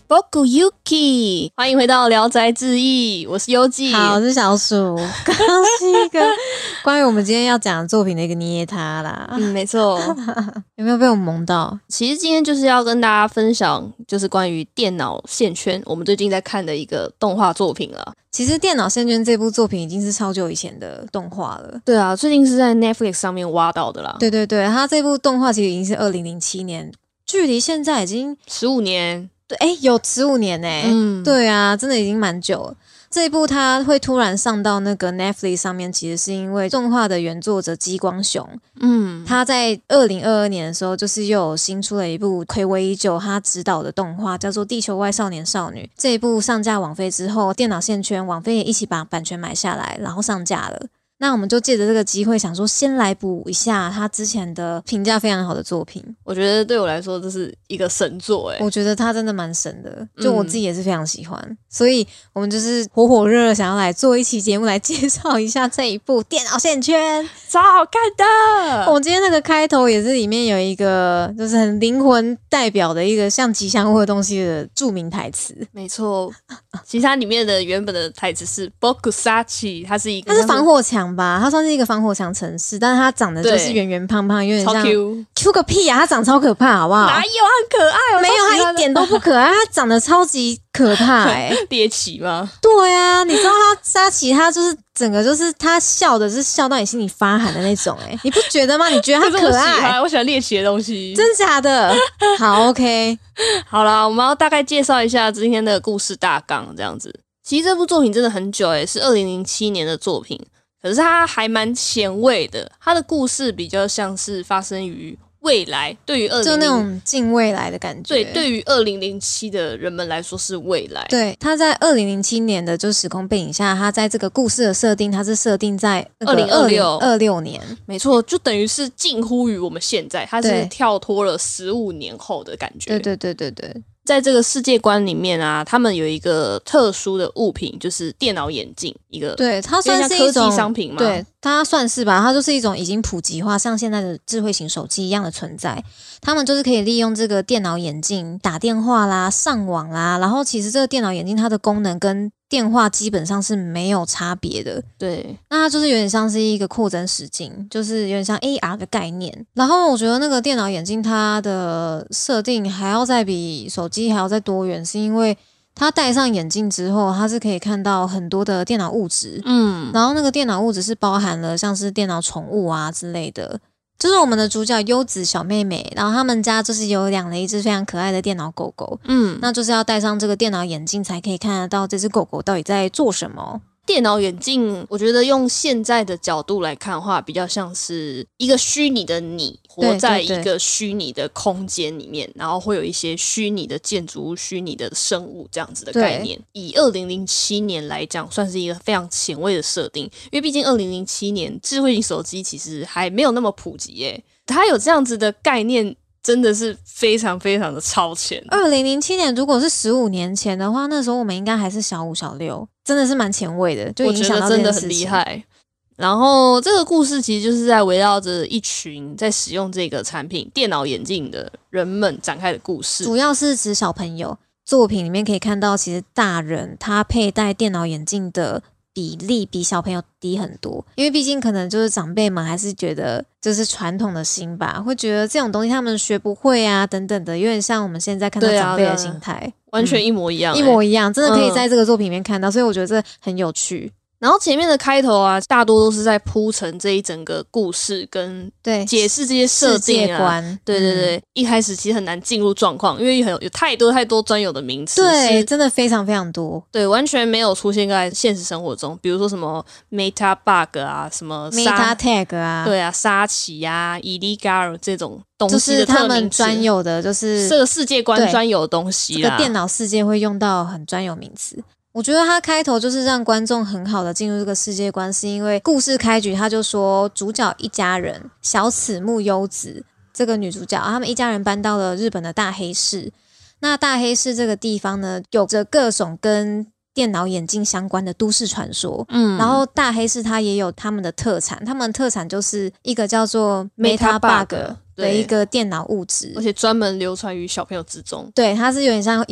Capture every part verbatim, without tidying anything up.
Boku Yuki， 欢迎回到聊斋志异，我是优纪。 好，我是小鼠。刚刚是一个关于我们今天要讲的作品的一个捏他啦。 嗯，没错。 有没有被我萌到？ 其实今天就是要跟大家分享，就是关于电脑线圈，我们最近在看的一个动画作品了。 其实电脑线圈这部作品已经是超久以前的动画了。 对啊，最近是在 Netflix 上面挖到的啦。 对对对，它这部动画其实已经是二零零七年，距离现在已经十五年。 对，哎，有十五年哎、欸，嗯，对啊，真的已经蛮久了。这一部它会突然上到那个 Netflix 上面，其实是因为动画的原作者激光雄，嗯，他在二零二二年的时候，就是又有新出了一部睽违已久他执导的动画，叫做《地球外少年少女》。这一部上架网飞之后，电脑线圈网飞也一起把版权买下来，然后上架了。那我们就借着这个机会，想说先来补一下他之前的评价非常好的作品。 我觉得对我来说这是一个神作诶、欸， 我觉得他真的蛮神的，就我自己也是非常喜欢，嗯、所以我们就是火火热热想要来做一期节目来介绍一下这一部电脑线圈， 超好看的。 我今天那个开头也是里面有一个就是很灵魂代表的一个像吉祥物的东西的著名台词。 没错，其实它里面的原本的台词是 Bokusachi， 它是一个它是防火墙吧，它算是一个防火墙城市，但是它长得就是圆圆胖胖，有点像超 Q Q 个屁啊，它长超可怕好不好？ 哪有很可爱？ 没有，它一点都不可爱，它长得超级可怕哎、欸， 猎奇吗？ 对啊，你知道他沙琪他就是整个就是他笑的是笑到你心里发寒的那种哎、欸，你不觉得吗？你觉得他可爱？ 我喜欢，我喜欢猎奇的东西， 真假的？好 ，OK， 好啦，我们要大概介绍一下今天的故事大纲，这样子。其实这部作品真的很久诶、欸，是二零零七年的作品，可是它还蛮前卫的。它的故事比较像是发生于未来，对于二零就那种近未来的感觉。 对，对于二零零七的人们来说是未来。 对，他在二零零七年的就时空背景下，他在这个故事的设定，他是设定在二零二六二六年， 没错，就等于是近乎于我们现在，它是跳脱了十五年后的感觉。 对对对对对。 在这个世界观里面啊，他们有一个特殊的物品，就是电脑眼镜，一个对它算是一种科技商品嘛， 对它算是吧，它就是一种已经普及化，像现在的智慧型手机一样的存在。他们就是可以利用这个电脑眼镜打电话啦、上网啦，然后其实这个电脑眼镜它的功能跟电话基本上是没有差别的， 对， 那它就是有点像是一个扩增实境，就是有点像 A R 的概念。然后我觉得那个电脑眼镜它的设定还要再比手机还要再多元，是因为它戴上眼镜之后，它是可以看到很多的电脑物质，嗯，然后那个电脑物质是包含了像是电脑宠物啊之类的。就是我们的主角优子小妹妹，然后他们家就是有养了一只非常可爱的电脑狗狗，嗯，那就是要戴上这个电脑眼镜才可以看得到这只狗狗到底在做什么。 电脑眼镜，我觉得用现在的角度来看的话，比较像是一个虚拟的你活在一个虚拟的空间里面，然后会有一些虚拟的建筑物、虚拟的生物这样子的概念。以二零零七年来讲，算是一个非常前卫的设定，因为毕竟二零零七年智慧型手机其实还没有那么普及耶，它有这样子的概念。真的是非常非常的超前。 二零零七年如果是十五年前的话，那时候我们应该还是小五小六，真的是蛮前卫的，就影响到这件事情。我觉得真的很厉害。 然后这个故事其实就是在围绕着一群在使用这个产品电脑眼镜的人们展开的故事， 主要是指小朋友。作品里面可以看到，其实大人他佩戴电脑眼镜的比例比小朋友低很多，因为毕竟可能就是长辈们还是觉得就是传统的心吧，会觉得这种东西他们学不会啊等等的，有点像我们现在看到长辈的心态、啊啊，完全一模一样、欸嗯，一模一样，真的可以在这个作品里面看到、嗯、所以我觉得这很有趣。 然后前面的开头啊，大多都是在铺陈这一整个故事跟解释这些设定啊，对对对、嗯，一开始其实很难进入状况，因为有有太多太多专有的名词， 对，真的非常非常多， 对，完全没有出现在现实生活中，比如说什么 meta bug 啊，什么 meta tag 啊， 对啊，沙奇啊 illegal 这种东西的特名词， 就是他们专有的，就是这个世界观专有的东西啦， 这个电脑世界会用到很专有名词。我觉得他开头就是让观众很好的进入这个世界观，是因为故事开局他就说主角一家人小此木优子这个女主角，他们一家人搬到了日本的大黑市。那大黑市这个地方呢，有着各种跟电脑眼镜相关的都市传说，嗯，然后大黑市它也有他们的特产，他们的特产就是一个叫做 Meta Bug 的一个电脑物质， 而且专门流传于小朋友之中。 对，它是有点像一个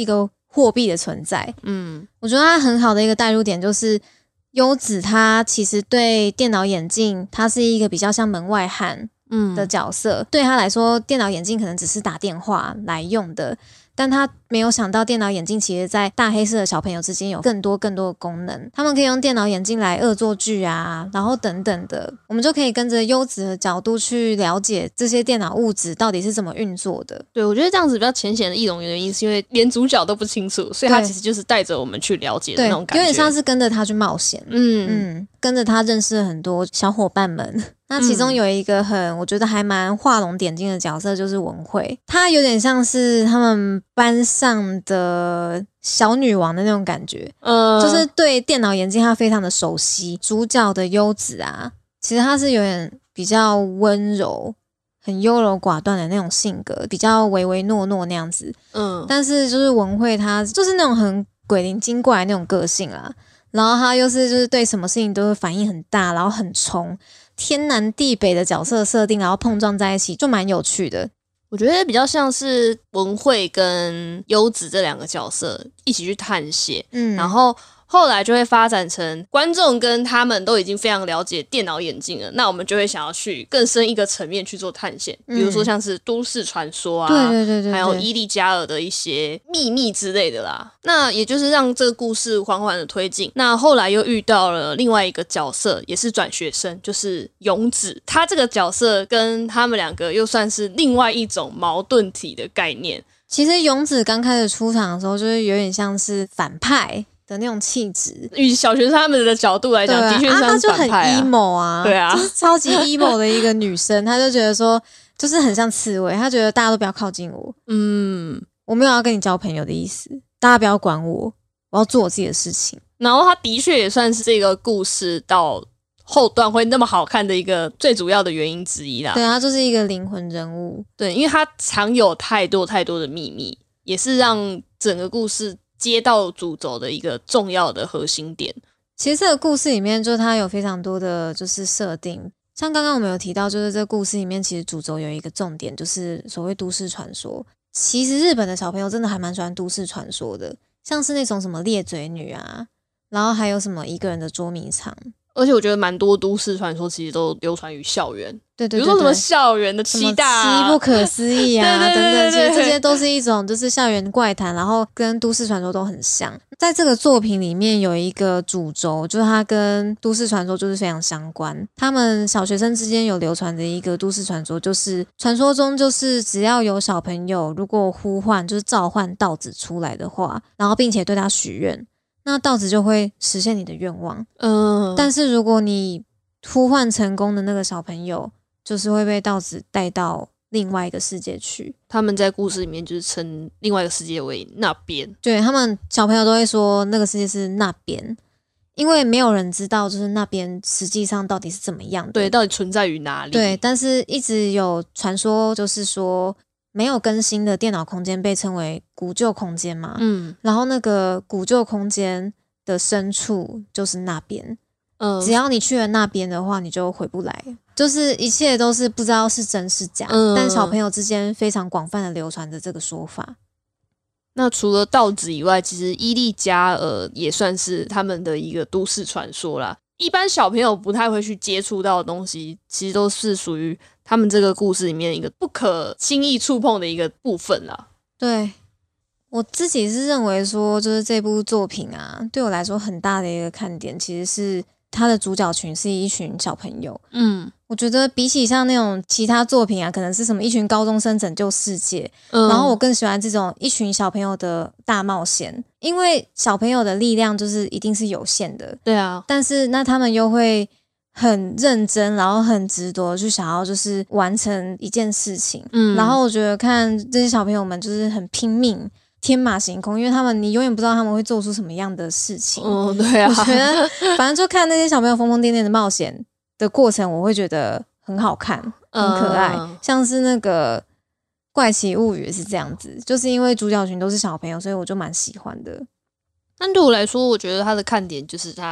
货币的存在。 嗯， 我觉得它很好的一个带入点就是优子他其实对电脑眼镜他是一个比较像门外汉的角色、嗯、对他来说电脑眼镜可能只是打电话来用的，但他没有想到电脑眼镜其实在大黑市的小朋友之间有更多更多的功能，他们可以用电脑眼镜来恶作剧啊，然后等等的，我们就可以跟着优子的角度去了解这些电脑物质到底是怎么运作的。 对，我觉得这样子比较浅显的易懂的原因是因为连主角都不清楚，所以他其实就是带着我们去了解的那种感觉， 有点像是跟着他去冒险。 嗯嗯，跟着他认识了很多小伙伴们。那其中有一个很、嗯、我觉得还蛮画龙点睛的角色就是文慧，她有点像是他们班上的小女王的那种感觉，嗯，就是对电脑眼镜她非常的熟悉。主角的优子啊，其实她是有点比较温柔很优柔寡断的那种性格，比较唯唯诺诺那样子，嗯，但是就是文慧她就是那种很鬼灵精怪的那种个性啦，然后她又是就是对什么事情都会反应很大，然后很冲，天南地北的角色设定，然后碰撞在一起，就蛮有趣的。 我觉得比较像是文慧跟优子这两个角色一起去探险，嗯，然后后来就会发展成观众跟他们都已经非常了解电脑眼镜了，那我们就会想要去更深一个层面去做探险，比如说像是都市传说啊， 对对对对， 还有伊利加尔的一些秘密之类的啦。那也就是让这个故事缓缓的推进。那后来又遇到了另外一个角色，也是转学生，就是勇子。他这个角色跟他们两个又算是另外一种矛盾体的概念。 其实勇子刚开始出场的时候，就是有点像是反派的那种气质， 以小学生他们的角度来讲，的确是反派啊， 她就很 emo 啊， 对啊， 就是超级 emo 的一个女生，她就觉得说，就是很像刺猬，她觉得大家都不要靠近我，嗯，我没有要跟你交朋友的意思，大家不要管我，我要做我自己的事情。 然后她的确也算是这个故事到后段会那么好看的一个最主要的原因之一啦。 对，她就是一个灵魂人物， 对，因为她藏有太多太多的秘密，也是让整个故事接到主轴的一个重要的核心点。 其实这个故事里面，就是它有非常多的就是设定，像刚刚我们有提到，就是这个故事里面其实主轴有一个重点，就是所谓都市传说。其实日本的小朋友真的还蛮喜欢都市传说的，像是那种什么裂嘴女啊，然后还有什么一个人的捉迷藏。 而且我觉得蛮多都市传说其实都流传于校园， 对对对对， 比如说什么校园的七大、啊、 七不可思议啊对对对对对对，等等，其实这些都是一种就是校园怪谈，然后跟都市传说都很像。在这个作品里面有一个主轴，就是它跟都市传说就是非常相关。他们小学生之间有流传的一个都市传说，就是传说中就是只要有小朋友如果呼唤就是召唤道子出来的话，然后并且对他许愿，那道子就会实现你的愿望。嗯，但是如果你呼唤成功的那个小朋友，就是会被道子带到另外一个世界去。 他们在故事里面就是称另外一个世界为那边。 对，他们小朋友都会说那个世界是那边，因为没有人知道就是那边实际上到底是怎么样的， 对，到底存在于哪里。 对，但是一直有传说就是说没有更新的电脑空间被称为古旧空间嘛，嗯，然后那个古旧空间的深处就是那边，嗯，只要你去了那边的话，你就回不来，就是一切都是不知道是真是假，嗯，但小朋友之间非常广泛的流传着这个说法。 那除了道子以外，其实伊利加尔也算是他们的一个都市传说啦。一般小朋友不太会去接触到的东西，其实都是属于他们这个故事里面一个不可轻易触碰的一个部分啦。 对，我自己是认为说，就是这部作品啊，对我来说很大的一个看点，其实是它的主角群是一群小朋友。嗯，我觉得比起像那种其他作品啊，可能是什么一群高中生拯救世界，嗯，然后我更喜欢这种一群小朋友的大冒险，因为小朋友的力量就是一定是有限的， 对啊， 但是那他们又会很认真，然后很执着去想要就是完成一件事情，嗯，然后我觉得看这些小朋友们就是很拼命，天马行空，因为他们你永远不知道他们会做出什么样的事情。 嗯，对啊， 我觉得反正就看那些小朋友疯疯癫癫的冒险的过程，我会觉得很好看，很可爱。嗯，像是那个怪奇物语是这样子，就是因为主角群都是小朋友，所以我就蛮喜欢的。 但对我来说，我觉得它的看点就是它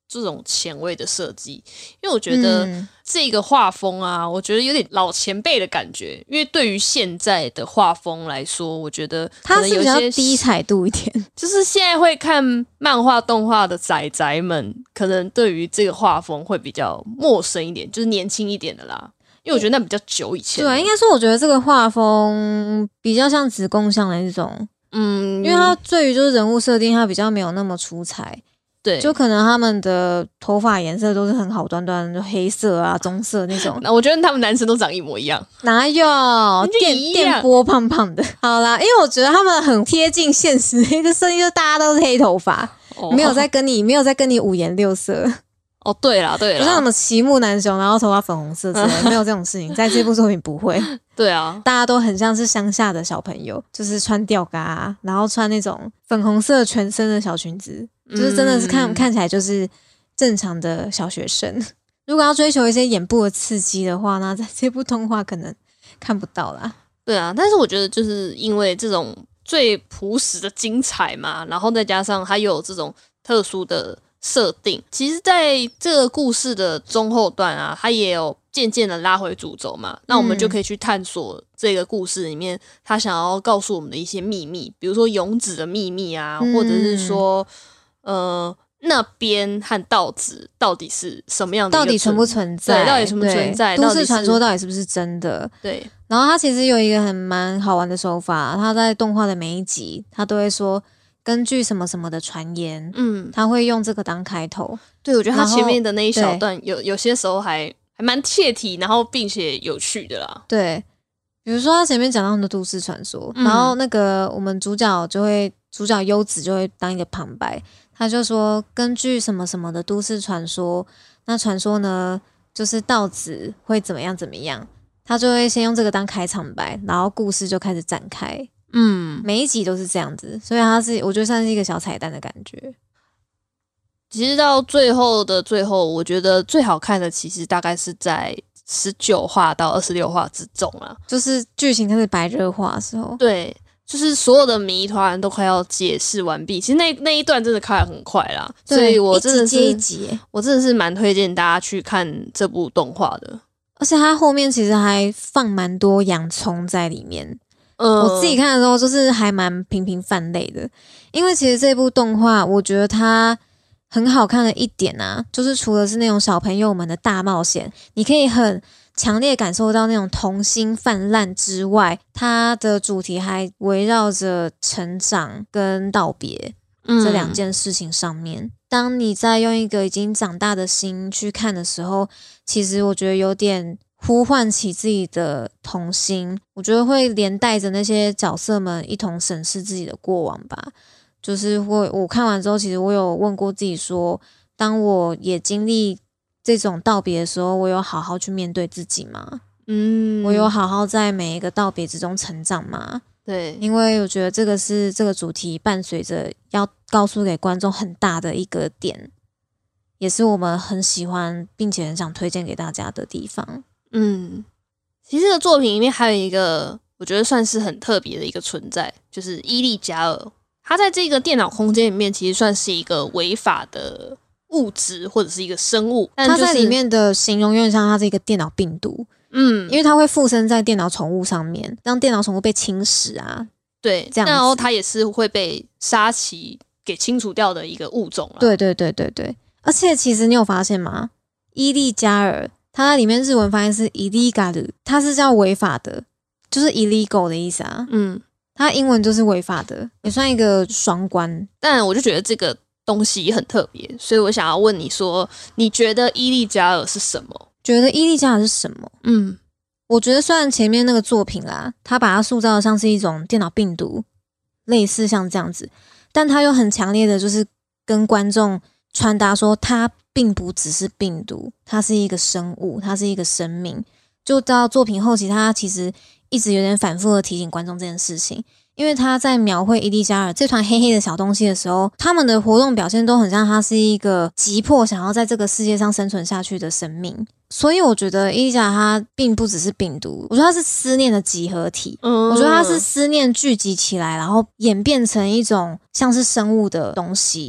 这种前卫的设计，因为我觉得这个画风啊、嗯、我觉得有点老前辈的感觉，因为对于现在的画风来说，我觉得可能有些它是比较低彩度一点， 就是现在会看漫画动画的宅宅们可能对于这个画风会比较陌生一点，就是年轻一点的啦，因为我觉得那比较久以前。 对，应该说我觉得这个画风比较像子贡像的那种，嗯，因为它对于就是人物设定它比较没有那么出彩，对，就可能他们的头发颜色都是很好端端，就黑色啊、棕色那种。 那我觉得他们男生都长一模一样， 哪有电电波胖胖的？好啦，因为我觉得他们很贴近现实，一个设定就大家都是黑头发，哦、没有在跟你没有在跟你五颜六色。 哦，对啦，对啦， 不像什么齐木楠雄，然后头发粉红色之类，没有这种事情，在这部作品不会。 对啊， 大家都很像是乡下的小朋友，就是穿吊嘎、啊，然后穿那种粉红色全身的小裙子，就是真的是看、嗯、看起来就是正常的小学生。如果要追求一些眼部的刺激的话，那在这部动画可能看不到啦。 对啊，但是我觉得就是因为这种最朴实的精彩嘛，然后再加上它又有这种特殊的设定，其实在这个故事的中后段啊，它也有渐渐的拉回主轴嘛，那我们就可以去探索这个故事里面他想要告诉我们的一些秘密，比如说勇子的秘密啊，或者是说呃那边和道子到底是什么样的一个， 到底存不存在， 对，到底存不存在， 都市传说到底是不是真的， 对。 然后他其实有一个很蛮好玩的手法，他在动画的每一集他都会说根据什么什么的传言，嗯，他会用这个当开头。 对，我觉得他前面的那一小段有有些时候还还蛮切题，然后并且有趣的啦。 对，比如说他前面讲到很多都市传说，嗯、然后那个我们主角就会主角优子就会当一个旁白，他就说根据什么什么的都市传说，那传说呢就是道子会怎么样怎么样，他就会先用这个当开场白，然后故事就开始展开。嗯，每一集都是这样子，所以它是我觉得算是一个小彩蛋的感觉。 其实到最后的最后，我觉得最好看的其实大概是在十九话到二十六话之中啦， 就是剧情开始白热化的时候。 对，就是所有的谜团都快要解释完毕。其实那那一段真的开得很快啦，所以我真的是一集接一集， 我真的是蛮推荐大家去看这部动画的。 而且它后面其实还放蛮多洋葱在里面。嗯，我自己看的时候就是还蛮频频泛泪的，因为其实这部动画我觉得它很好看的一点啊，就是除了是那种小朋友们的大冒险，你可以很强烈感受到那种童心泛滥之外，它的主题还围绕着成长跟道别这两件事情上面。嗯，当你在用一个已经长大的心去看的时候，其实我觉得有点呼唤起自己的童心，我觉得会连带着那些角色们一同审视自己的过往吧。就是我我看完之后，其实我有问过自己说，当我也经历这种道别的时候，我有好好去面对自己吗？嗯，我有好好在每一个道别之中成长吗？ 对， 因为我觉得这个是这个主题伴随着要告诉给观众很大的一个点，也是我们很喜欢并且很想推荐给大家的地方。嗯， 其实这个作品里面还有一个我觉得算是很特别的一个存在，就是伊利加尔。他在这个电脑空间里面其实算是一个违法的物质或者是一个生物，但、就是、 他在里面的形容有点像他是一个电脑病毒。嗯，因为它会附身在电脑宠物上面，让电脑宠物被侵蚀啊。 对，这样，然后它也是会被沙奇给清除掉的一个物种啦。 对对对对对，而且其实你有发现吗？伊利加尔它在里面日文发音是 illegal， 它是叫违法的，就是 illegal 的意思啊。嗯，它英文就是违法的，也算一个双关。 但我就觉得这个东西也很特别，所以我想要问你说，你觉得伊利加尔是什么？ 觉得伊利加尔是什么？嗯，我觉得虽然前面那个作品啦，他把它塑造的像是一种电脑病毒，类似像这样子，但他又很强烈的就是跟观众传达说，它并不只是病毒，它是一个生物，它是一个生命。就到作品后期，他其实一直有点反复的提醒观众这件事情。因为他在描绘伊利加尔这团黑黑的小东西的时候，他们的活动表现都很像他是一个急迫想要在这个世界上生存下去的生命，所以我觉得伊利加尔它并不只是病毒，我觉得它是思念的集合体。嗯，我觉得它是思念聚集起来，然后演变成一种像是生物的东西。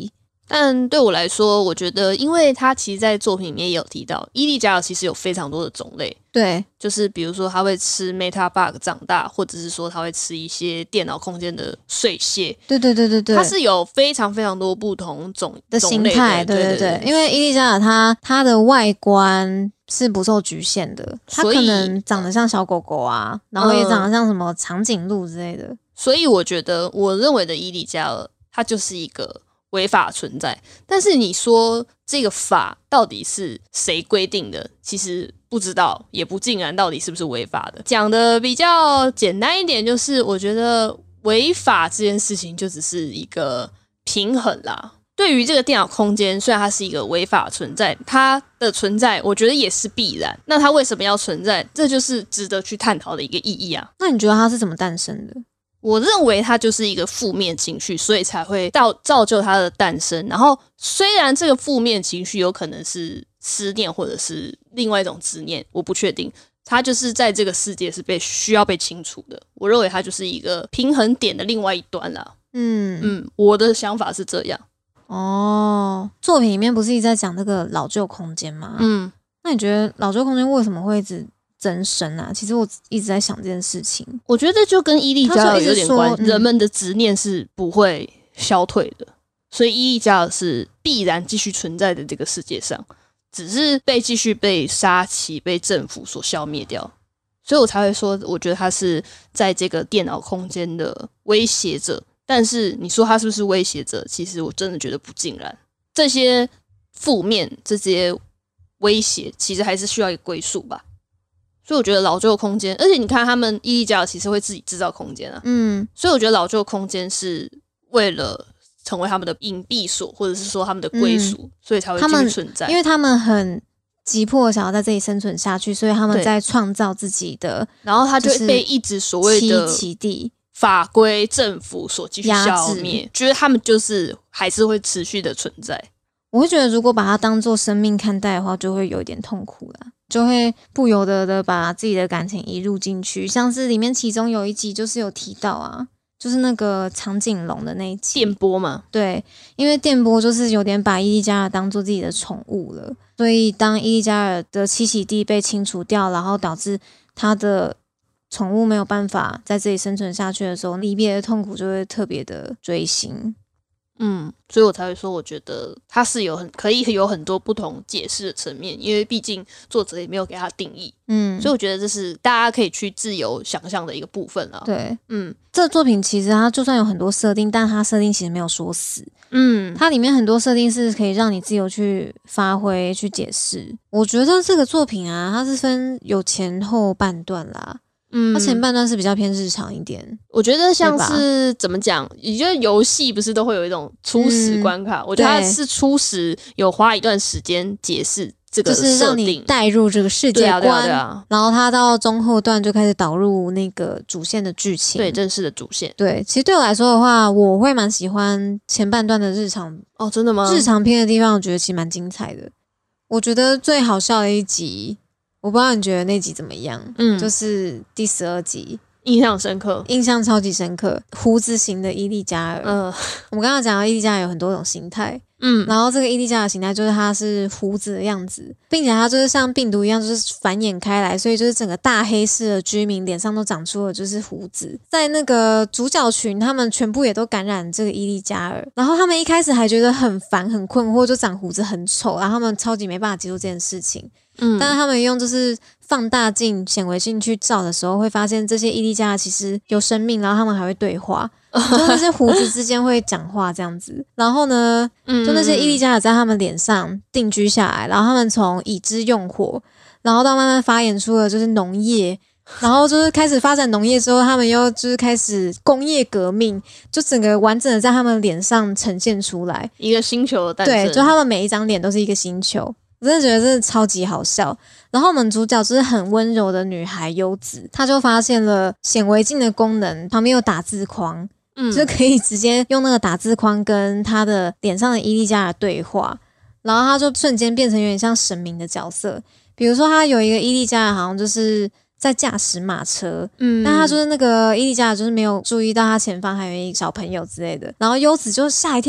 但对我来说，我觉得，因为他其实在作品里面也有提到，伊利加尔其实有非常多的种类， 对， 就是比如说他会吃 Meta Bug 长大，或者是说他会吃一些电脑空间的碎屑， 对对对对对， 它是有非常非常多不同种的形态，对对 对, 对，因为伊利加尔它它的外观是不受局限的，它可能长得像小狗狗啊，然后也长得像什么长颈鹿之类的、嗯， 所以我觉得我认为的伊利加尔它就是一个违法存在，但是你说这个法到底是谁规定的，其实不知道，也不尽然到底是不是违法的。讲的比较简单一点，就是我觉得违法这件事情就只是一个平衡啦。对于这个电脑空间，虽然它是一个违法存在，它的存在我觉得也是必然，那它为什么要存在，这就是值得去探讨的一个意义啊。 那你觉得它是怎么诞生的？ 我认为它就是一个负面情绪，所以才会造造就它的诞生。然后虽然这个负面情绪有可能是思念或者是另外一种执念，我不确定，它就是在这个世界是被需要被清除的。我认为它就是一个平衡点的另外一端啦。嗯嗯，我的想法是这样。 哦，作品里面不是一直在讲这个老旧空间吗？嗯，那你觉得老旧空间为什么会一直增生啊？其实我一直在想这件事情。 我觉得就跟伊利加尔有点关系、嗯、人们的执念是不会消退的，所以伊利加尔是必然继续存在的这个世界上，只是被继续被沙奇被政府所消灭掉，所以我才会说我觉得他是在这个电脑空间的威胁者。但是你说他是不是威胁者，其实我真的觉得不尽然，这些负面这些威胁其实还是需要一个归宿吧。所以我觉得老旧空间，而且你看他们伊利加尔其实会自己制造空间啊，嗯，所以我觉得老旧空间是为了成为他们的隐蔽所，或者是说他们的归属、嗯、所以才会继续存在。 因为他们很急迫想要在这里生存下去，所以他们在创造自己的， 然后他就被一直所谓的栖地法规政府所继续消灭，觉得他们就是还是会持续的存在。 我会觉得如果把它当作生命看待的话，就会有一点痛苦啦，就会不由得的把自己的感情移入进去。像是里面其中有一集就是有提到啊，就是那个长颈龙的那一集电波嘛， 对，因为电波就是有点把伊利加尔当作自己的宠物了，所以当伊利加尔的栖息地被清除掉，然后导致他的宠物没有办法在这里生存下去的时候，离别的痛苦就会特别的锥心。 嗯，所以我才会说我觉得它是有很可以有很多不同解释的层面，因为毕竟作者也没有给它定义。嗯，所以我觉得这是大家可以去自由想象的一个部分啦。 对，嗯，这个作品其实它就算有很多设定，但它设定其实没有说死。嗯，它里面很多设定是可以让你自由去发挥去解释。我觉得这个作品啊，它是分有前后半段啦。嗯，它前半段是比较偏日常一点， 我觉得像是怎么讲？你觉得游戏不是都会有一种初始关卡？嗯、我觉得它是初始有花一段时间解释这个设定， 就是让你带入这个世界观， 对啊对啊对啊， 然后它到中后段就开始导入那个主线的剧情， 对正式的主线。 对，其实对我来说的话，我会蛮喜欢前半段的日常哦，真的吗？ 日常片的地方，我觉得其实蛮精彩的。我觉得最好笑的一集。我不知道你觉得那集怎么样？嗯，就是第十二集， 印象深刻， 印象超级深刻。胡子型的伊利加尔，嗯，我们刚刚讲到伊利加尔有很多种形态，嗯，然后这个伊利加尔形态就是它是胡子的样子，并且它就是像病毒一样，就是繁衍开来，所以就是整个大黑市的居民脸上都长出了就是胡子。在那个主角群，他们全部也都感染这个伊利加尔，然后他们一开始还觉得很烦、很困惑，就长胡子很丑，然后他们超级没办法接受这件事情。嗯，但是他们用就是放大镜、显微镜去照的时候，会发现这些伊利加尔其实有生命，然后他们还会对话，就那些胡子之间会讲话这样子。然后呢，就那些伊利加尔在他们脸上定居下来，然后他们从已知用火，然后到慢慢发展出了就是农业，然后就是开始发展农业之后，他们又就是开始工业革命，就整个完整的在他们脸上呈现出来一个星球的诞生。 对，就他们每一张脸都是一个星球。我真的觉得真的超级好笑。然后我们主角就是很温柔的女孩优子，她就发现了显微镜的功能，旁边有打字框，嗯，就可以直接用那个打字框跟她的脸上的伊利加尔对话，然后她就瞬间变成有点像神明的角色。比如说她有一个伊利加尔好像就是在驾驶马车，嗯，但他就是那个伊利加尔就是没有注意到他前方还有一个小朋友之类的，然后优子就吓一跳。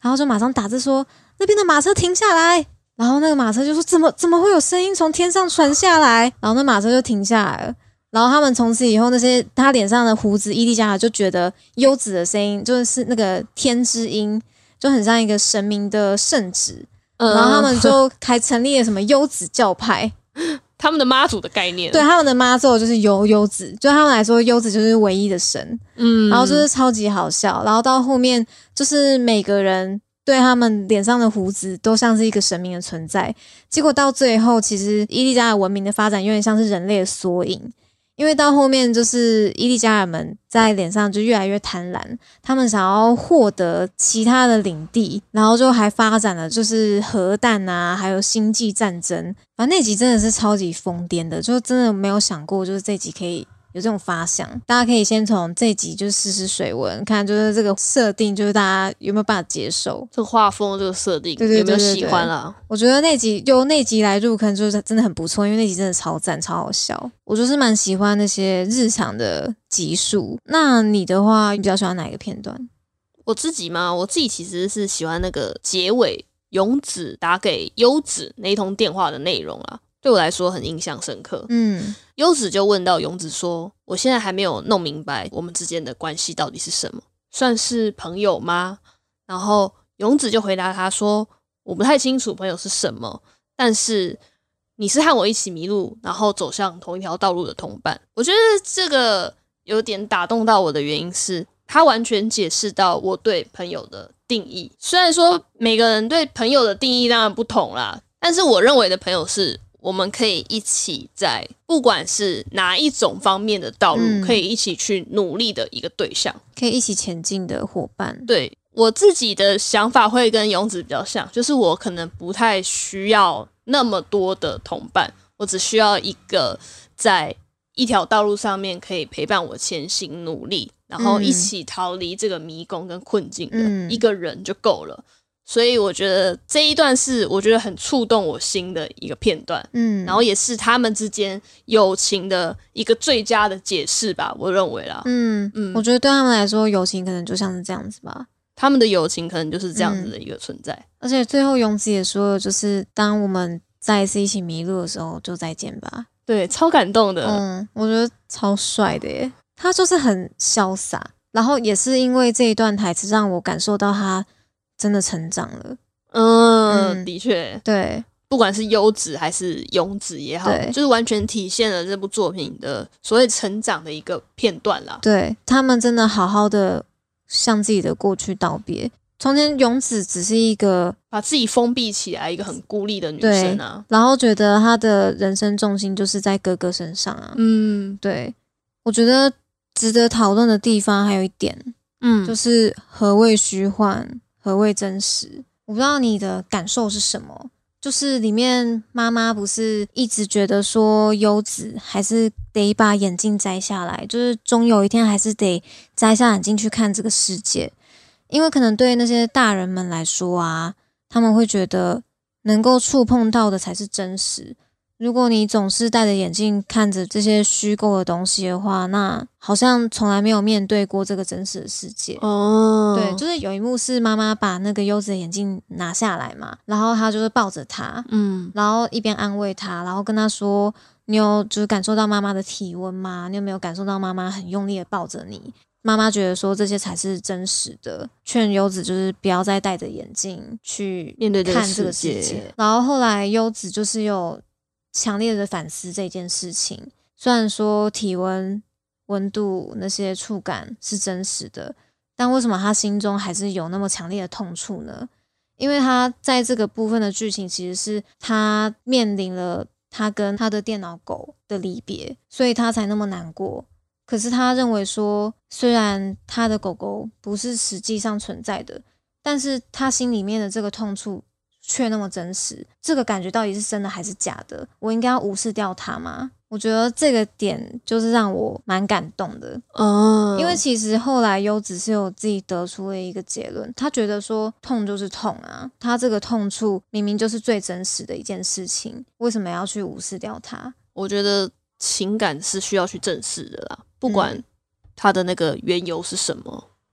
然后就马上打字说那边的马车停下来，然后那个马车就说怎么怎么会有声音从天上传下来，然后那马车就停下来了。然后他们从此以后，那些他脸上的胡子，伊丽加尔就觉得优子的声音就是那个天之音，就很像一个神明的圣旨。嗯、然后他们就开成立了什么优子教派， 他们的妈祖的概念。 对，他们的妈祖就是优优子，就他们来说，优子就是唯一的神。嗯，然后就是超级好笑。然后到后面，就是每个人对他们脸上的胡子都像是一个神明的存在。结果到最后，其实伊丽加尔文明的发展有点像是人类的缩影。因为到后面就是伊丽加尔们在脸上就越来越贪婪，他们想要获得其他的领地，然后就还发展了就是核弹啊，还有星际战争。反正那集真的是超级疯癫的，就真的没有想过就是这集可以有这种发想。大家可以先从这集就是试试水温，看就是这个设定就是大家有没有办法接受这个画风这个设定，对对对对对，有没有喜欢啊？ 我觉得那集由那集来入坑就是真的很不错，因为那集真的超赞超好笑。我就是蛮喜欢那些日常的集数。那你的话，你比较喜欢哪一个片段？ 我自己嘛，我自己其实是喜欢那个结尾勇子打给优子那一通电话的内容啦。对我来说很印象深刻。嗯，优子就问到勇子说：“我现在还没有弄明白我们之间的关系到底是什么，算是朋友吗？”然后勇子就回答他说：“我不太清楚朋友是什么，但是你是和我一起迷路，然后走向同一条道路的同伴。”我觉得这个有点打动到我的原因是，他完全解释到我对朋友的定义。虽然说每个人对朋友的定义当然不同啦，但是我认为的朋友是我们可以一起在不管是哪一种方面的道路、嗯、可以一起去努力的一个对象， 可以一起前进的伙伴。 对，我自己的想法会跟勇子比较像，就是我可能不太需要那么多的同伴，我只需要一个在一条道路上面可以陪伴我前行努力，然后一起逃离这个迷宫跟困境的、嗯、一个人就够了。所以我觉得这一段是我觉得很触动我心的一个片段，嗯，然后也是他们之间友情的一个最佳的解释吧，我认为啦。 嗯嗯，我觉得对他们来说，友情可能就像是这样子吧， 他们的友情可能就是这样子的一个存在。嗯、 而且最后勇子也说了，就是当我们再一次一起迷路的时候，就再见吧。 对，超感动的。 嗯，我觉得超帅的耶，他就是很潇洒，然后也是因为这一段台词让我感受到他真的成长了。 嗯, 嗯的确， 对， 不管是优子还是勇子也好，就是完全体现了这部作品的所谓成长的一个片段啦。 对，他们真的好好的向自己的过去道别。从前勇子只是一个把自己封闭起来一个很孤立的女生啊， 然后觉得她的人生重心就是在哥哥身上啊。嗯，对，我觉得值得讨论的地方还有一点，嗯，就是何谓虚幻，何谓真实。我不知道你的感受是什么，就是里面妈妈不是一直觉得说优子还是得把眼镜摘下来，就是终有一天还是得摘下眼镜去看这个世界。因为可能对那些大人们来说啊，他们会觉得能够触碰到的才是真实。如果你总是戴着眼镜看着这些虚构的东西的话，那好像从来没有面对过这个真实的世界。哦，对，就是有一幕是妈妈把那个优子的眼镜拿下来嘛，然后她就是抱着她，嗯，然后一边安慰她，然后跟她说：“你有就是感受到妈妈的体温吗？你有没有感受到妈妈很用力的抱着你？”妈妈觉得说这些才是真实的，劝优子就是不要再戴着眼镜去面对看这个世界。然后后来优子就是有强烈的反思这件事情，虽然说体温、温度那些触感是真实的，但为什么他心中还是有那么强烈的痛处呢？因为他在这个部分的剧情其实是他面临了他跟他的电脑狗的离别，所以他才那么难过。可是他认为说，虽然他的狗狗不是实际上存在的，但是他心里面的这个痛处却那么真实，这个感觉到底是真的还是假的？我应该要无视掉它吗？我觉得这个点就是让我蛮感动的。嗯，因为其实后来优子是有自己得出了一个结论，他觉得说痛就是痛啊，他这个痛处明明就是最真实的一件事情，为什么要去无视掉它？ 我觉得情感是需要去正视的啦，不管它的那个缘由是什么。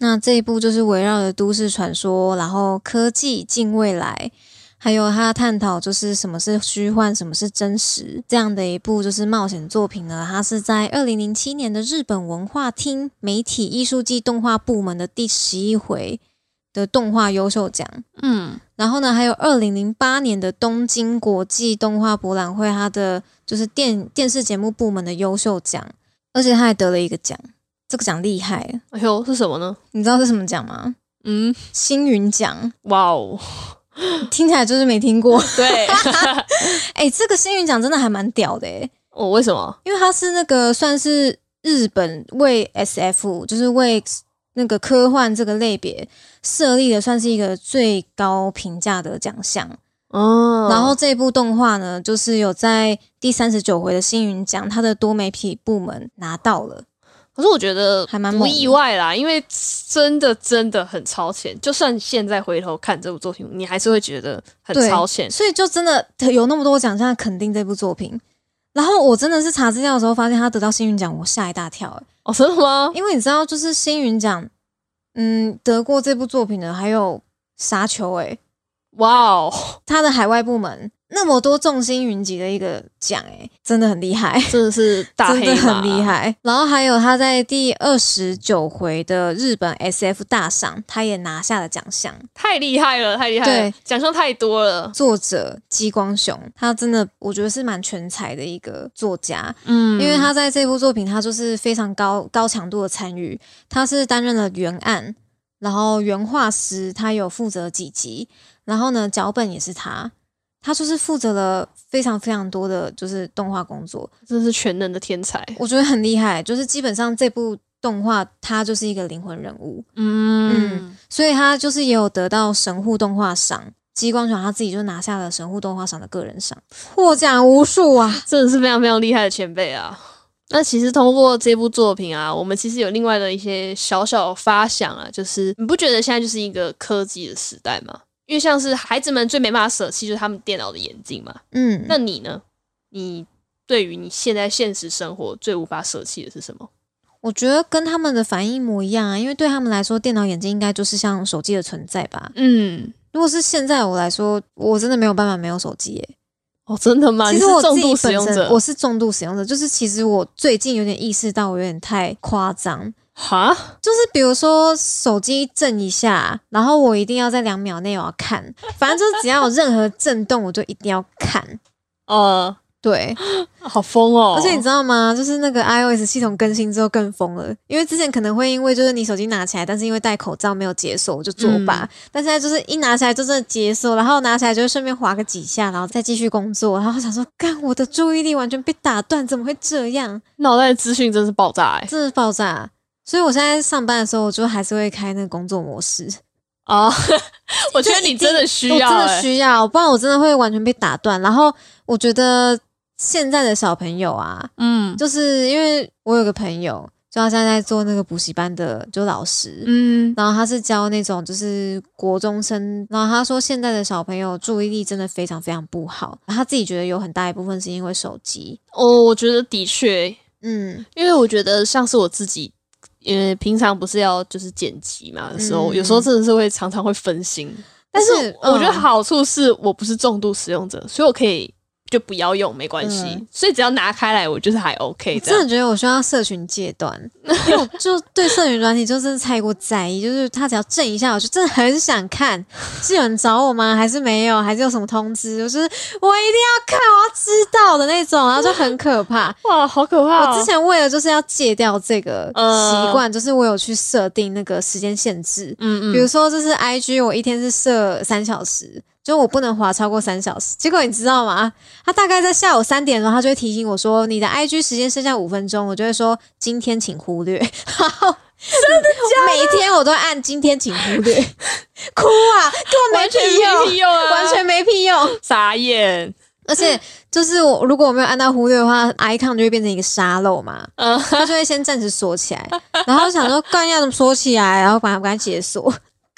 那这一部就是围绕着都市传说，然后科技、近未来，还有他探讨就是什么是虚幻，什么是真实这样的一部就是冒险作品呢。它是在二零零七年的日本文化厅媒体艺术季动画部门的第十一回的动画优秀奖。 嗯， 然后呢，还有二零零八年的东京国际动画博览会，它的就是电电视节目部门的优秀奖，而且他还得了一个奖，这个奖厉害。 哎呦，是什么呢？ 你知道是什么奖吗？ 嗯， 星云奖。 哇哦， 听起来就是没听过。 对， 哎、欸，这个星云奖真的还蛮屌的哎。 哦，为什么？ 因为它是那个算是日本为 S F， 就是为那个科幻这个类别设立的，算是一个最高评价的奖项。哦，然后这部动画呢，就是有在第三十九回的星云奖，它的多媒体部门拿到了。 可是我觉得还蛮不意外啦，因为真的真的很超前。就算现在回头看这部作品，你还是会觉得很超前。 所以就真的有那么多奖项肯定这部作品。然后我真的是查资料的时候发现他得到星云奖，我吓一大跳、欸。 哦，真的吗？ 因为你知道，就是星云奖，嗯，得过这部作品的还有沙丘、欸，哎， 哇哦， 他的海外部门。那么多众星云集的一个奖，哎，真的很厉害， 真的是大黑马， 真的很厉害。然后还有他在第二十九回的日本 S F 大赏，他也拿下了奖项， 太厉害了，太厉害了，对，奖项太多了。 作者激光雄，他真的我觉得是蛮全才的一个作家，嗯，因为他在这部作品，他就是非常高高强度的参与，他是担任了原案，然后原画师，他有负责几集，然后呢，脚本也是他。他就是负责了非常非常多的就是动画工作， 真的是全能的天才， 我觉得很厉害。就是基本上这部动画他就是一个灵魂人物，嗯嗯，所以他就是也有得到神户动画赏，激光雄他自己就拿下了神户动画赏的个人赏，获奖无数啊， 真的是非常非常厉害的前辈啊。那其实通过这部作品啊，我们其实有另外的一些小小发想啊，就是你不觉得现在就是一个科技的时代吗？因为像是孩子们最没办法舍弃就是他们电脑的眼镜嘛，嗯，那你呢？你对于你现在现实生活最无法舍弃的是什么？ 我觉得跟他们的反应一模一样啊，因为对他们来说，电脑眼镜应该就是像手机的存在吧。嗯，如果是现在我来说，我真的没有办法没有手机耶。 哦，真的吗？ 其实我自己本身我是重度使用者，就是其实我最近有点意识到我有点太夸张。 哈， 就是比如说手机震一下，然后我一定要在两秒内我要看，反正就是只要有任何震动，我就一定要看。呃，对， 好疯哦！ 而且你知道吗？就是那个 iOS 系统更新之后更疯了，因为之前可能会因为就是你手机拿起来，但是因为戴口罩没有解锁，我就作罢。嗯、但现在就是一拿起来就真的解锁，然后拿起来就顺便滑个几下，然后再继续工作。然后想说，干，我的注意力完全被打断，怎么会这样？ 脑袋的资讯真是爆炸、欸， 真是爆炸。所以我现在上班的时候，我就还是会开那个工作模式啊。哦、我觉得你真的需要、欸， 我真的需要，不然我真的会完全被打断。然后我觉得现在的小朋友啊，嗯，就是因为我有个朋友，就他现在在做那个补习班的就老师，嗯，然后他是教那种就是国中生，然后他说现在的小朋友注意力真的非常非常不好，他自己觉得有很大一部分是因为手机。 哦，我觉得的确，嗯，因为我觉得像是我自己。因为平常不是要就是剪辑嘛的时候、嗯，有时候真的是会常常会分心。但是我觉得好处是我不是重度使用者，所以我可以就不要用没关系、嗯，所以只要拿开来，我就是还 OK 这样。 我真的觉得我需要社群戒断，因为我就对社群软体就真的太过在意，就是他只要震一下，我就真的很想看，是有人找我吗？还是没有？还是有什么通知？我就是我一定要看，我要知道的那种，然后就很可怕。 哇，好可怕、哦！ 我之前为了就是要戒掉这个习惯、呃，就是我有去设定那个时间限制，嗯嗯，比如说就是 I G 我一天是设三小时。就我不能滑超过三小时，结果你知道吗？他大概在下午三点的时候，他就会提醒我说：“你的 I G 时间剩下五分钟。”我就会说：“今天请忽略。”然后真的假的？ 每一天我都按今天请忽略，哭啊，根本没屁用， 完全没屁用啊， 完全没屁用， 傻眼。 而且就是我如果我没有按到忽略的话 ，icon 就会变成一个沙漏嘛，嗯，它就会先暂时锁起来，然后想说干要怎么锁起来，然后把它把它解锁。根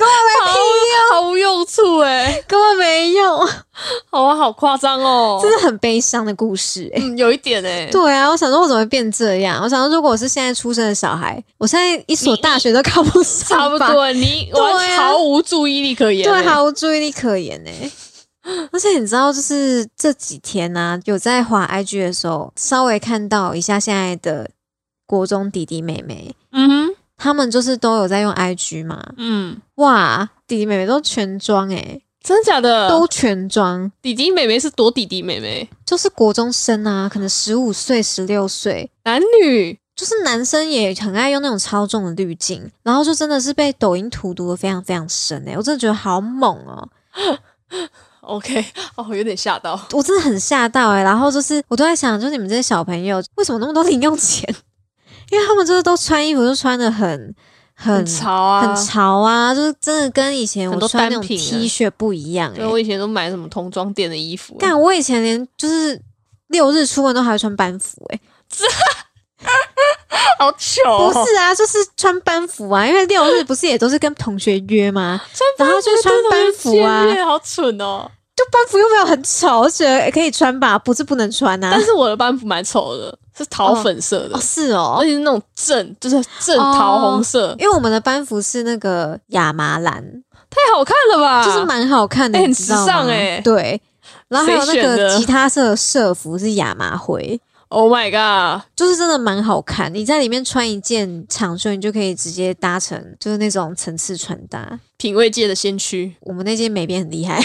根本没屁用，毫无用处哎、欸， 根本没用。 好啊，好夸张哦， 这是很悲伤的故事哎、欸嗯，有一点哎、欸。 对啊，我想说我怎么会变这样？我想说如果我是现在出生的小孩，我现在一所大学都考不上， 差不多，你完全毫无注意力可言、欸， 对，毫无注意力可言哎、欸。而且你知道，就是这几天啊，有在滑 I G 的时候，稍微看到一下现在的国中弟弟妹妹， 嗯哼， 他们就是都有在用 I G 嘛，嗯，哇，弟弟妹妹都全妆诶、欸， 真的假的？ 都全妆。 弟弟妹妹是多弟弟妹妹， 就是国中生啊，可能十五岁、十六岁， 男女。 就是男生也很爱用那种超重的滤镜，然后就真的是被抖音荼毒的非常非常深诶、欸，我真的觉得好猛哦。 OK， 哦，有点吓到， 我真的很吓到哎、欸！然后就是我都在想，就是你们这些小朋友为什么那么多零用钱？因为他们就是都穿衣服就穿的很很很潮啊， 很潮啊，就是真的跟以前我穿那种很多单品 T 恤不一样哎、欸。 对，我以前都买什么童装店的衣服、欸， 干，我以前连就是六日出门都还会穿班服哎、欸， 好糗、哦！ 不是啊，就是穿班服啊，因为六日不是也都是跟同学约吗？ 然后就穿班服啊， 好蠢哦！ 就班服又没有很丑，我觉得可以穿吧，不是不能穿啊。 但是我的班服蛮丑的，是桃粉色的， 哦哦是哦， 而且是那种正，就是正桃红色、哦。 因为我们的班服是那个亚麻蓝， 太好看了吧？ 就是蛮好看的， 欸、很时尚哎、 欸。对，然后还有那个吉他色的社服是亚麻灰。 Oh my god， 就是真的蛮好看。你在里面穿一件长袖，你就可以直接搭成就是那种层次穿搭， 品味界的先驱。 我们那件美编很厉害。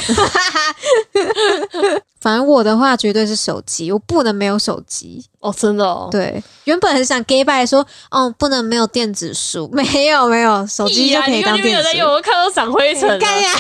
反正我的话绝对是手机，我不能没有手机。 哦，真的哦。 对，原本很想 gay bye 说，哦，不能没有电子书，没有没有，手机就可以当电子书。 有，我看到长灰尘了。 干呀！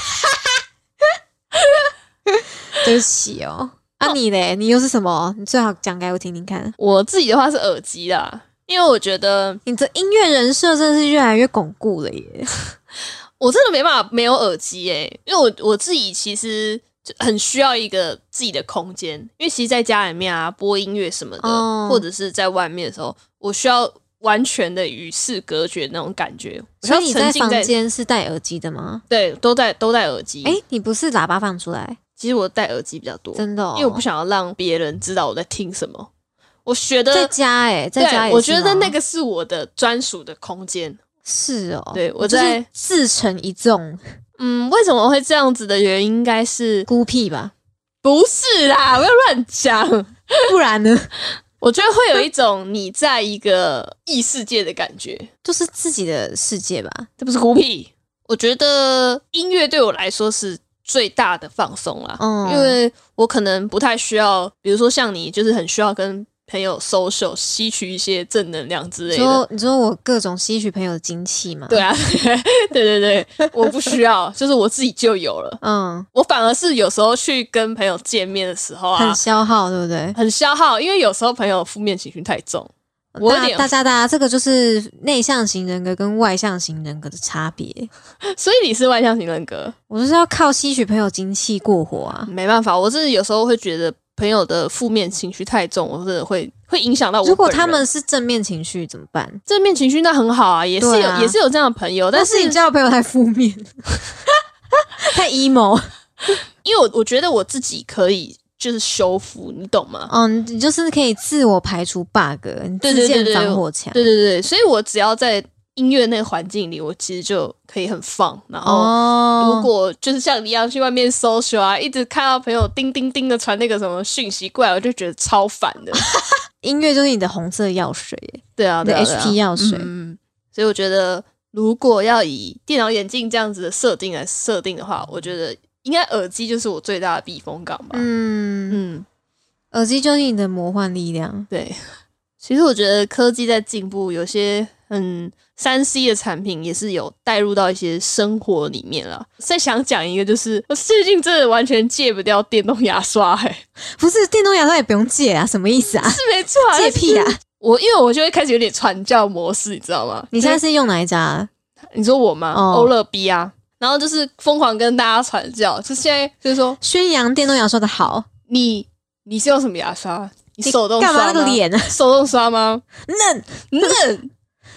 对不起哦。啊你嘞？你又是什么？你最好讲给我听听看。 我自己的话是耳机啦，因为我觉得你的音乐人设真的是越来越巩固了耶。 我真的没办法没有耳机耶，因为我我自己其实很需要一个自己的空间，因为其实在家里面啊播音乐什么的，哦、或者是在外面的时候，我需要完全的与世隔绝那种感觉。 所以你在房间是戴耳机的吗？ 对，都戴都戴耳机。 诶，你不是喇叭放出来？ 其实我戴耳机比较多， 真的、哦， 因为我不想要让别人知道我在听什么。我觉得在家哎、欸，在家也是， 我觉得那个是我的专属的空间。 是哦， 对，我在自成一众。 嗯，为什么会这样子的原因，应该是孤僻吧？ 不是啦，不要乱讲。 不然呢？ 我觉得会有一种你在一个异世界的感觉， 就是自己的世界吧。 这不是孤僻。我觉得音乐对我来说是最大的放松啦，嗯，因为我可能不太需要，比如说像你，就是很需要跟朋友 social 吸取一些正能量之类的。 你说你说我各种吸取朋友的精气嘛？ 对啊，对对对，我不需要，就是我自己就有了。嗯，我反而是有时候去跟朋友见面的时候啊， 很消耗，对不对？ 很消耗，因为有时候朋友负面情绪太重。我有点大家大家，这个就是内向型人格跟外向型人格的差别。 所以你是外向型人格， 我就是要靠吸取朋友精气过活啊。 没办法，我是有时候会觉得朋友的负面情绪太重，我真的会会影响到我本人。 如果他们是正面情绪怎么办？ 正面情绪那很好啊，也是有、啊、也是有这样的朋友，但是, 但是你交的朋友太负面，太 emo。 因为我我觉得我自己可以。就是修复，你懂吗？ 嗯，你就是可以自我排除 bug， 你自建防火墙。 对对对，所以我只要在音乐那个环境里，我其实就可以很放。然后，如果就是像你一样去外面 social 啊，一直看到朋友叮叮叮的传那个什么讯息过来，我就觉得超烦的。 音乐就是你的红色药水， 对啊， 对啊，你的 H P 药水。 嗯，所以我觉得，如果要以电脑眼镜这样子的设定来设定的话，我觉得。应该耳机就是我最大的避风港吧。嗯嗯，耳机就是你的魔幻力量。 对，其实我觉得科技在进步，有些很三 C 的产品也是有带入到一些生活里面啦。再想讲一个，就是我最近真的完全戒不掉电动牙刷、欸，哎， 不是电动牙刷也不用戒啊，什么意思啊？ 是没错、啊， 戒屁啊！ 我因为我就会开始有点传教模式，你知道吗？ 你现在是用哪一家、啊？ 你说我吗？欧乐 B 啊。然后就是疯狂跟大家传教，就现在就是说宣扬电动牙刷的好。 你你是用什么牙刷？你手动刷吗？ 干嘛那个脸啊？ 手动刷吗？ 嫩嫩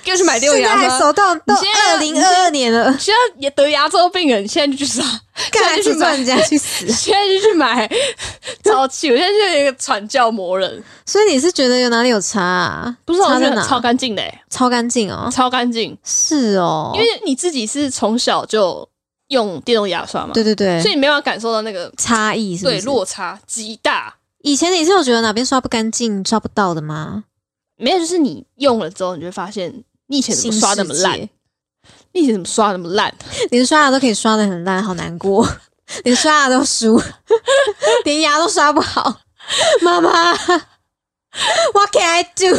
给我去买电动牙刷。 现在手到都二零二二年了， 现在也得牙周病了，你现在就去刷， 干现在就去买人家去死， 现在就去买，超气！我现在就有一个传教魔人。 所以你是觉得有哪里有差啊？ 不是，我差在哪？ 觉得超干净的、欸， 超干净哦， 超干净。 是哦， 因为你自己是从小就用电动牙刷嘛， 对对对， 所以你没办法感受到那个差异是不是？ 对，落差极大。 以前你是有觉得哪边刷不干净、刷不到的吗？ 没有，就是你用了之后，你就会发现你以前怎么刷那么烂，你以前怎么刷那么烂， 连刷牙都可以刷得很烂，好难过，连刷牙都输，连牙都刷不好。妈妈 ，What can I do？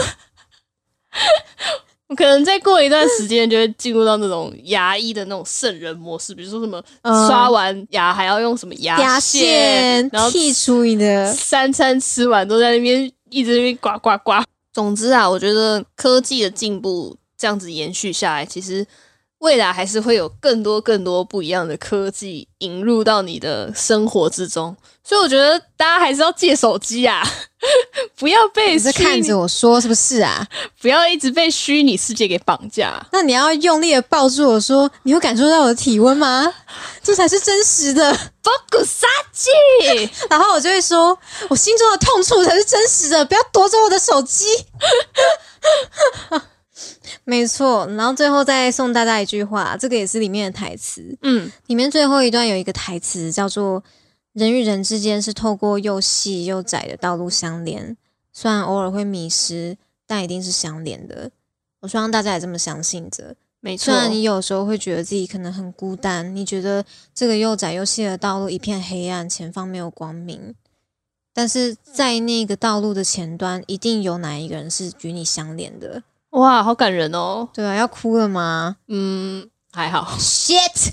我可能再过一段时间就会进入到那种牙医的那种圣人模式，比如说什么刷完牙还要用什么牙牙线， 线然后剔除你的三餐吃完都在那边一直在那边呱呱呱。总之啊，我觉得科技的进步这样子延续下来，其实未来还是会有更多更多不一样的科技引入到你的生活之中。所以我觉得大家还是要戒手机啊，不要被你是看着我说是不是啊？ 不要一直被虚拟世界给绑架。 那你要用力的抱住我说，你会感受到我的体温吗？这才是真实的。 不古杀鸡， 然后我就会说，我心中的痛处才是真实的，不要夺走我的手机。没错，然后最后再送大家一句话，这个也是里面的台词。嗯，里面最后一段有一个台词叫做“人与人之间是透过又细又窄的道路相连，虽然偶尔会迷失，但一定是相连的。”我希望大家也这么相信着。 没错， 虽然你有时候会觉得自己可能很孤单，你觉得这个又窄又细的道路一片黑暗，前方没有光明，但是在那个道路的前端，一定有哪一个人是与你相连的。 哇，好感人哦！ 对啊，要哭了吗？ 嗯，还好。 Shit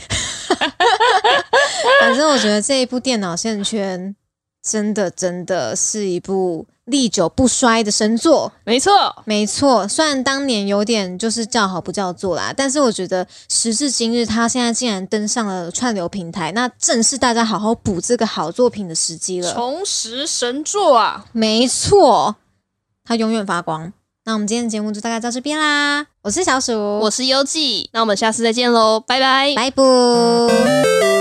反正我觉得这一部《电脑线圈》真的真的是一部历久不衰的神作。 没错， 没错。虽然当年有点就是叫好不叫座啦，但是我觉得时至今日，它现在竟然登上了串流平台，那正是大家好好补这个好作品的时机了。 重拾神作啊！ 没错，它永远发光。那我们今天的节目就大概到这边啦。我是小鼠， 我是优纪，那我们下次再见喽，拜拜， 拜拜。